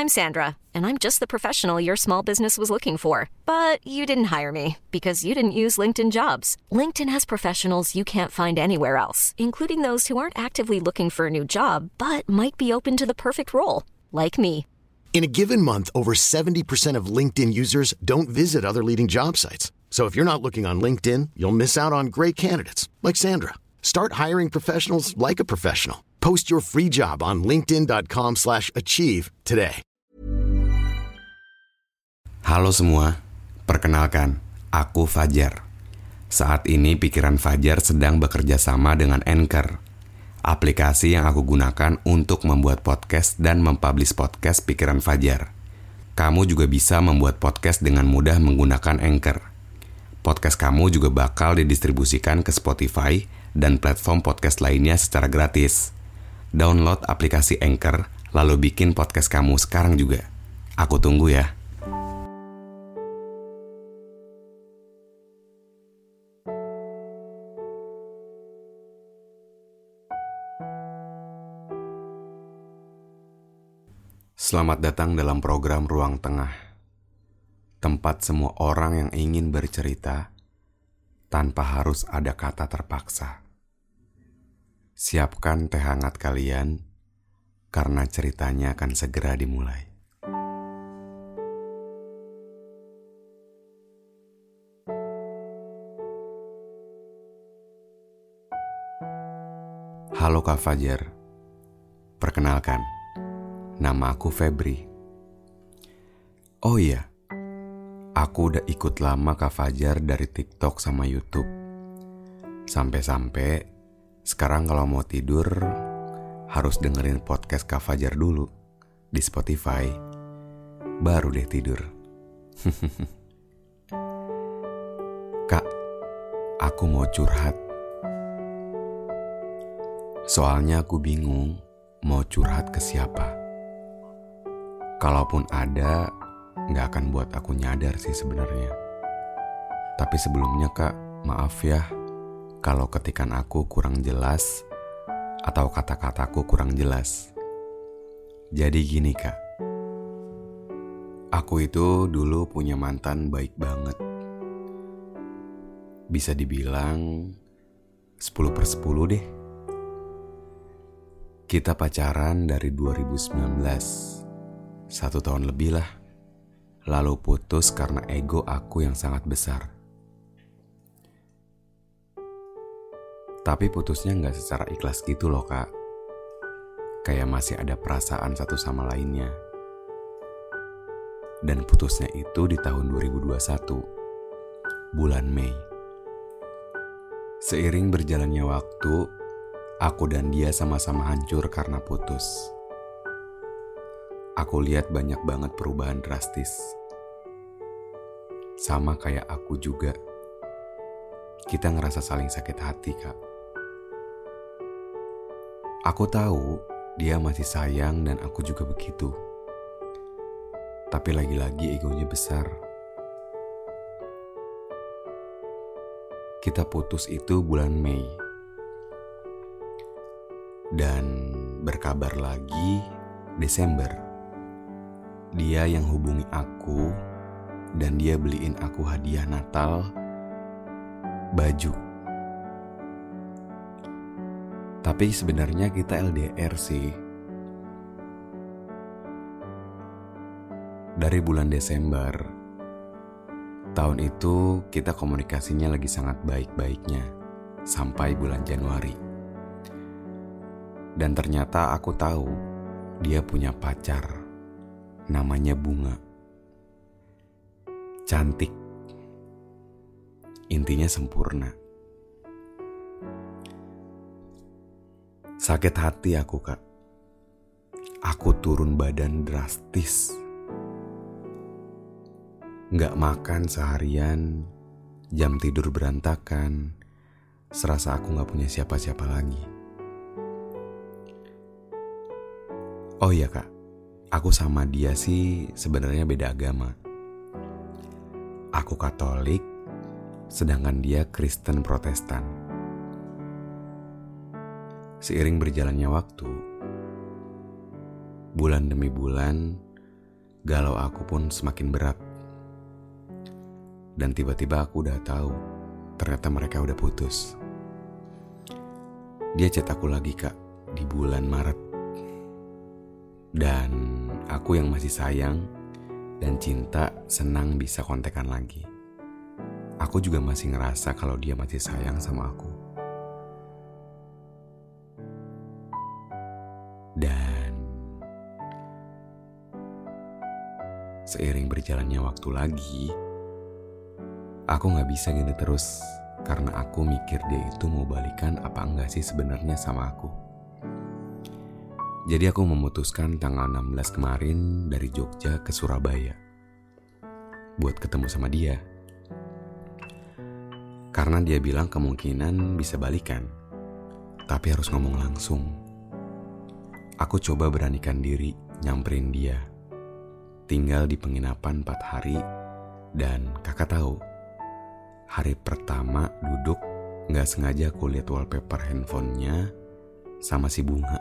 I'm Sandra, and I'm just the professional your small business was looking for. But you didn't hire me because you didn't use LinkedIn Jobs. LinkedIn has professionals you can't find anywhere else, including those who aren't actively looking for a new job, but might be open to the perfect role, like me. In a given month, over 70% of LinkedIn users don't visit other leading job sites. So if you're not looking on LinkedIn, you'll miss out on great candidates like Sandra. Start hiring professionals like a professional. Post your free job on linkedin.com/achieve today. Halo semua, perkenalkan, aku Fajar. Saat ini pikiran Fajar sedang bekerja sama dengan Anchor, aplikasi yang aku gunakan untuk membuat podcast dan mempublish podcast pikiran Fajar. Kamu juga bisa membuat podcast dengan mudah menggunakan Anchor. Podcast kamu juga bakal didistribusikan ke Spotify dan platform podcast lainnya secara gratis. Download aplikasi Anchor, lalu bikin podcast kamu sekarang juga. Aku tunggu ya. Selamat datang dalam program Ruang Tengah. Tempat semua orang yang ingin bercerita tanpa harus ada kata terpaksa. Siapkan teh hangat kalian, karena ceritanya akan segera dimulai. Halo Kak Fajar. Perkenalkan, nama aku Febri. Oh iya, aku udah ikut lama Kak Fajar dari TikTok sama YouTube. Sampai-sampai sekarang kalau mau tidur harus dengerin podcast Kak Fajar dulu di Spotify, baru deh tidur. Kak, aku mau curhat. Soalnya aku bingung mau curhat ke siapa. Kalaupun ada, gak akan buat aku nyadar sih sebenarnya. Tapi sebelumnya Kak, maaf ya kalau ketikan aku kurang jelas atau kata-kataku kurang jelas. Jadi gini Kak, aku itu dulu punya mantan baik banget. Bisa dibilang 10/10 deh. Kita pacaran dari 2019, 1 tahun lebih lah. Lalu putus karena ego aku yang sangat besar. Tapi putusnya gak secara ikhlas gitu loh Kak. Kayak masih ada perasaan satu sama lainnya. Dan putusnya itu di tahun 2021, bulan Mei. Seiring berjalannya waktu, aku dan dia sama-sama hancur karena putus. Aku lihat banyak banget perubahan drastis. Sama kayak aku juga. Kita ngerasa saling sakit hati, Kak. Aku tahu dia masih sayang dan aku juga begitu. Tapi lagi-lagi egonya besar. Kita putus itu bulan Mei. Dan berkabar lagi Desember. Dia yang hubungi aku dan dia beliin aku hadiah Natal, baju. Tapi sebenarnya kita LDR sih. Dari bulan Desember tahun itu kita komunikasinya lagi sangat baik-baiknya sampai bulan Januari. Dan ternyata aku tahu dia punya pacar, namanya Bunga. Cantik, intinya sempurna. Sakit hati aku, Kak. Aku turun badan drastis. Gak makan seharian, jam tidur berantakan, serasa aku gak punya siapa-siapa lagi. Oh iya Kak, aku sama dia sih sebenarnya beda agama. Aku Katolik, sedangkan dia Kristen Protestan. Seiring berjalannya waktu, bulan demi bulan, galau aku pun semakin berat. Dan tiba-tiba aku udah tahu, ternyata mereka udah putus. Dia chat aku lagi Kak, di bulan Maret. Dan aku yang masih sayang dan cinta senang bisa kontekan lagi. Aku juga masih ngerasa kalau dia masih sayang sama aku. Dan seiring berjalannya waktu lagi, aku gak bisa gini terus karena aku mikir dia itu mau balikan apa enggak sih sebenarnya sama aku. Jadi aku memutuskan tanggal 16 kemarin dari Jogja ke Surabaya buat ketemu sama dia. Karena dia bilang kemungkinan bisa balikan, tapi harus ngomong langsung. Aku coba beranikan diri nyamperin dia. Tinggal di penginapan 4 hari dan kakak tahu, hari pertama duduk gak sengaja aku lihat wallpaper handphonenya sama si bunga.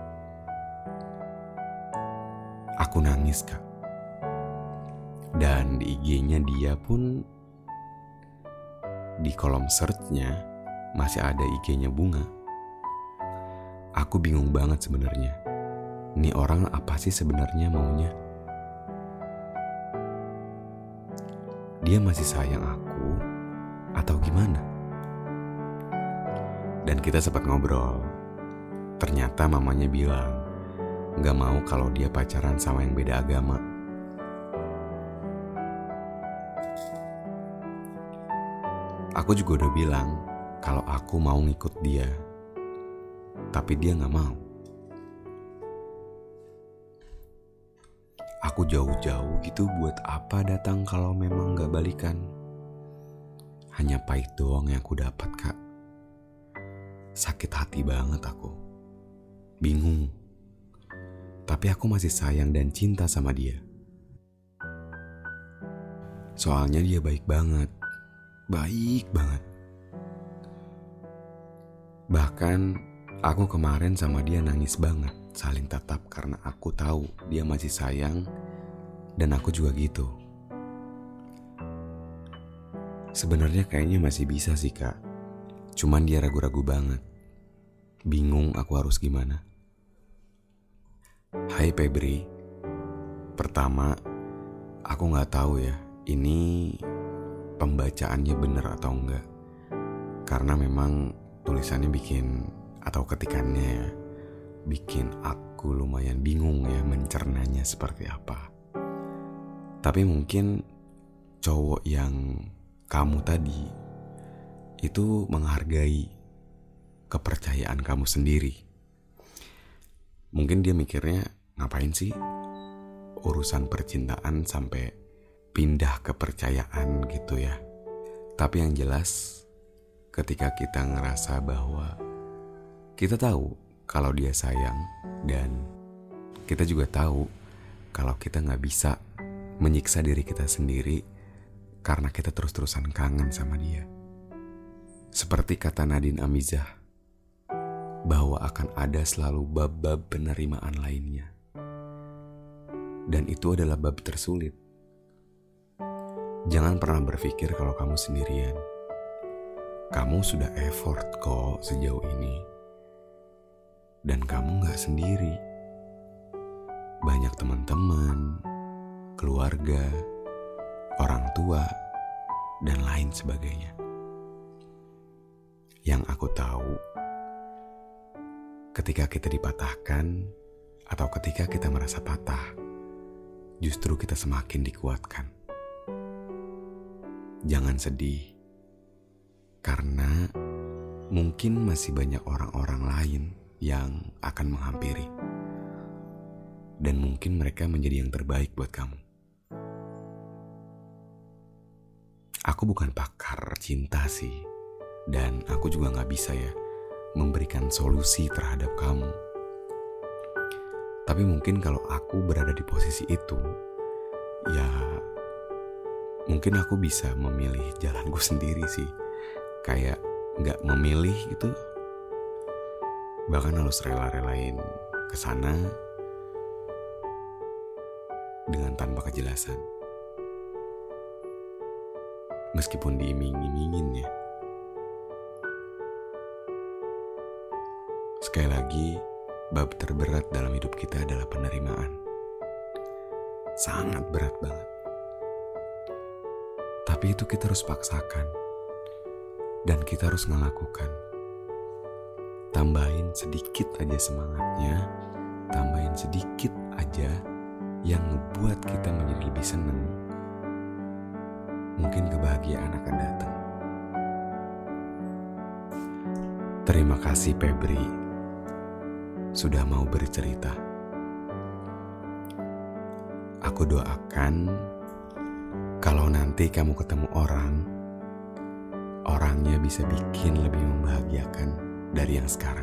Aku nangis Kak. Dan di IG-nya dia pun di kolom search-nya masih ada IG-nya bunga. Aku bingung banget sebenarnya. Nih orang apa sih sebenarnya maunya? Dia masih sayang aku atau gimana? Dan kita sempat ngobrol. Ternyata mamanya bilang gak mau kalau dia pacaran sama yang beda agama. Aku juga udah bilang kalau aku mau ngikut dia, tapi dia gak mau. Aku jauh-jauh gitu buat apa datang kalau memang gak balikan. Hanya pahit doang yang aku dapat Kak. Sakit hati banget aku. Bingung. Tapi aku masih sayang dan cinta sama dia. Soalnya dia baik banget. Baik banget. Bahkan aku kemarin sama dia nangis banget, saling tatap karena aku tahu dia masih sayang dan aku juga gitu. Sebenarnya kayaknya masih bisa sih Kak. Cuman dia ragu-ragu banget. Bingung aku harus gimana. Hai Febri. Pertama, aku gak tahu ya ini pembacaannya bener atau enggak. Karena memang tulisannya bikin atau ketikannya bikin aku lumayan bingung ya mencernanya seperti apa. Tapi mungkin cowok yang kamu tadi itu menghargai kepercayaan kamu sendiri. Mungkin dia mikirnya ngapain sih urusan percintaan sampai pindah kepercayaan gitu ya. Tapi yang jelas ketika kita ngerasa bahwa kita tahu kalau dia sayang dan kita juga tahu kalau kita gak bisa menyiksa diri kita sendiri karena kita terus-terusan kangen sama dia. Seperti kata Nadine Amizah, bahwa akan ada selalu bab-bab penerimaan lainnya. Dan itu adalah bab tersulit. Jangan pernah berpikir kalau kamu sendirian. Kamu sudah effort kok sejauh ini. Dan kamu gak sendiri. Banyak teman-teman, keluarga, orang tua, dan lain sebagainya. Yang aku tahu, ketika kita dipatahkan atau ketika kita merasa patah, justru kita semakin dikuatkan. Jangan sedih, karena mungkin masih banyak orang-orang lain yang akan menghampiri. Dan mungkin mereka menjadi yang terbaik buat kamu. Aku bukan pakar cinta sih, dan aku juga gak bisa ya memberikan solusi terhadap kamu. Tapi mungkin kalau aku berada di posisi itu, ya mungkin aku bisa memilih jalanku sendiri sih. Kayak gak memilih gitu, bahkan harus rela-relain kesana dengan tanpa kejelasan. Meskipun diiming-imingin ya. Sekali lagi, bab terberat dalam hidup kita adalah penerimaan. Sangat berat banget. Tapi itu kita harus paksakan. Dan kita harus ngelakukan. Tambahin sedikit aja semangatnya, tambahin sedikit aja yang ngebuat kita menjadi lebih seneng. Mungkin kebahagiaan akan datang. Terima kasih Febri sudah mau bercerita. Aku doakan kalau nanti kamu ketemu orangnya bisa bikin lebih membahagiakan dari yang sekarang.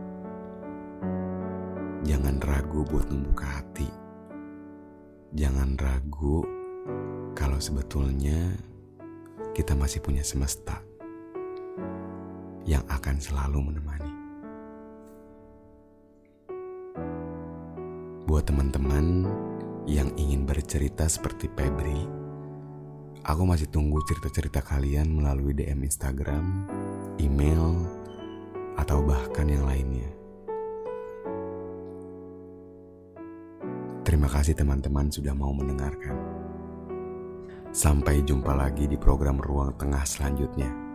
Jangan ragu buat membuka hati. Jangan ragu kalau sebetulnya kita masih punya semesta yang akan selalu menemani. Buat teman-teman yang ingin bercerita seperti Febri, aku masih tunggu cerita-cerita kalian melalui DM Instagram, email, atau bahkan yang lainnya. Terima kasih teman-teman sudah mau mendengarkan. Sampai jumpa lagi di program Ruang Tengah selanjutnya.